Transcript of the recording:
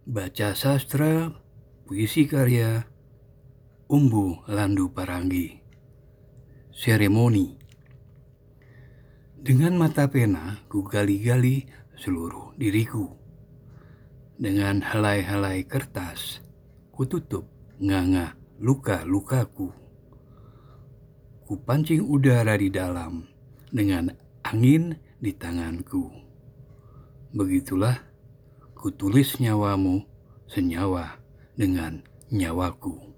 Baca sastra, puisi karya, Umbu Landu Paranggi. Seremoni. Dengan mata pena ku gali-gali seluruh diriku. Dengan helai-helai kertas ku tutup nganga luka-lukaku. Ku pancing udara di dalam dengan angin di tanganku. Begitulah ku tulis nyawamu senyawa dengan nyawaku.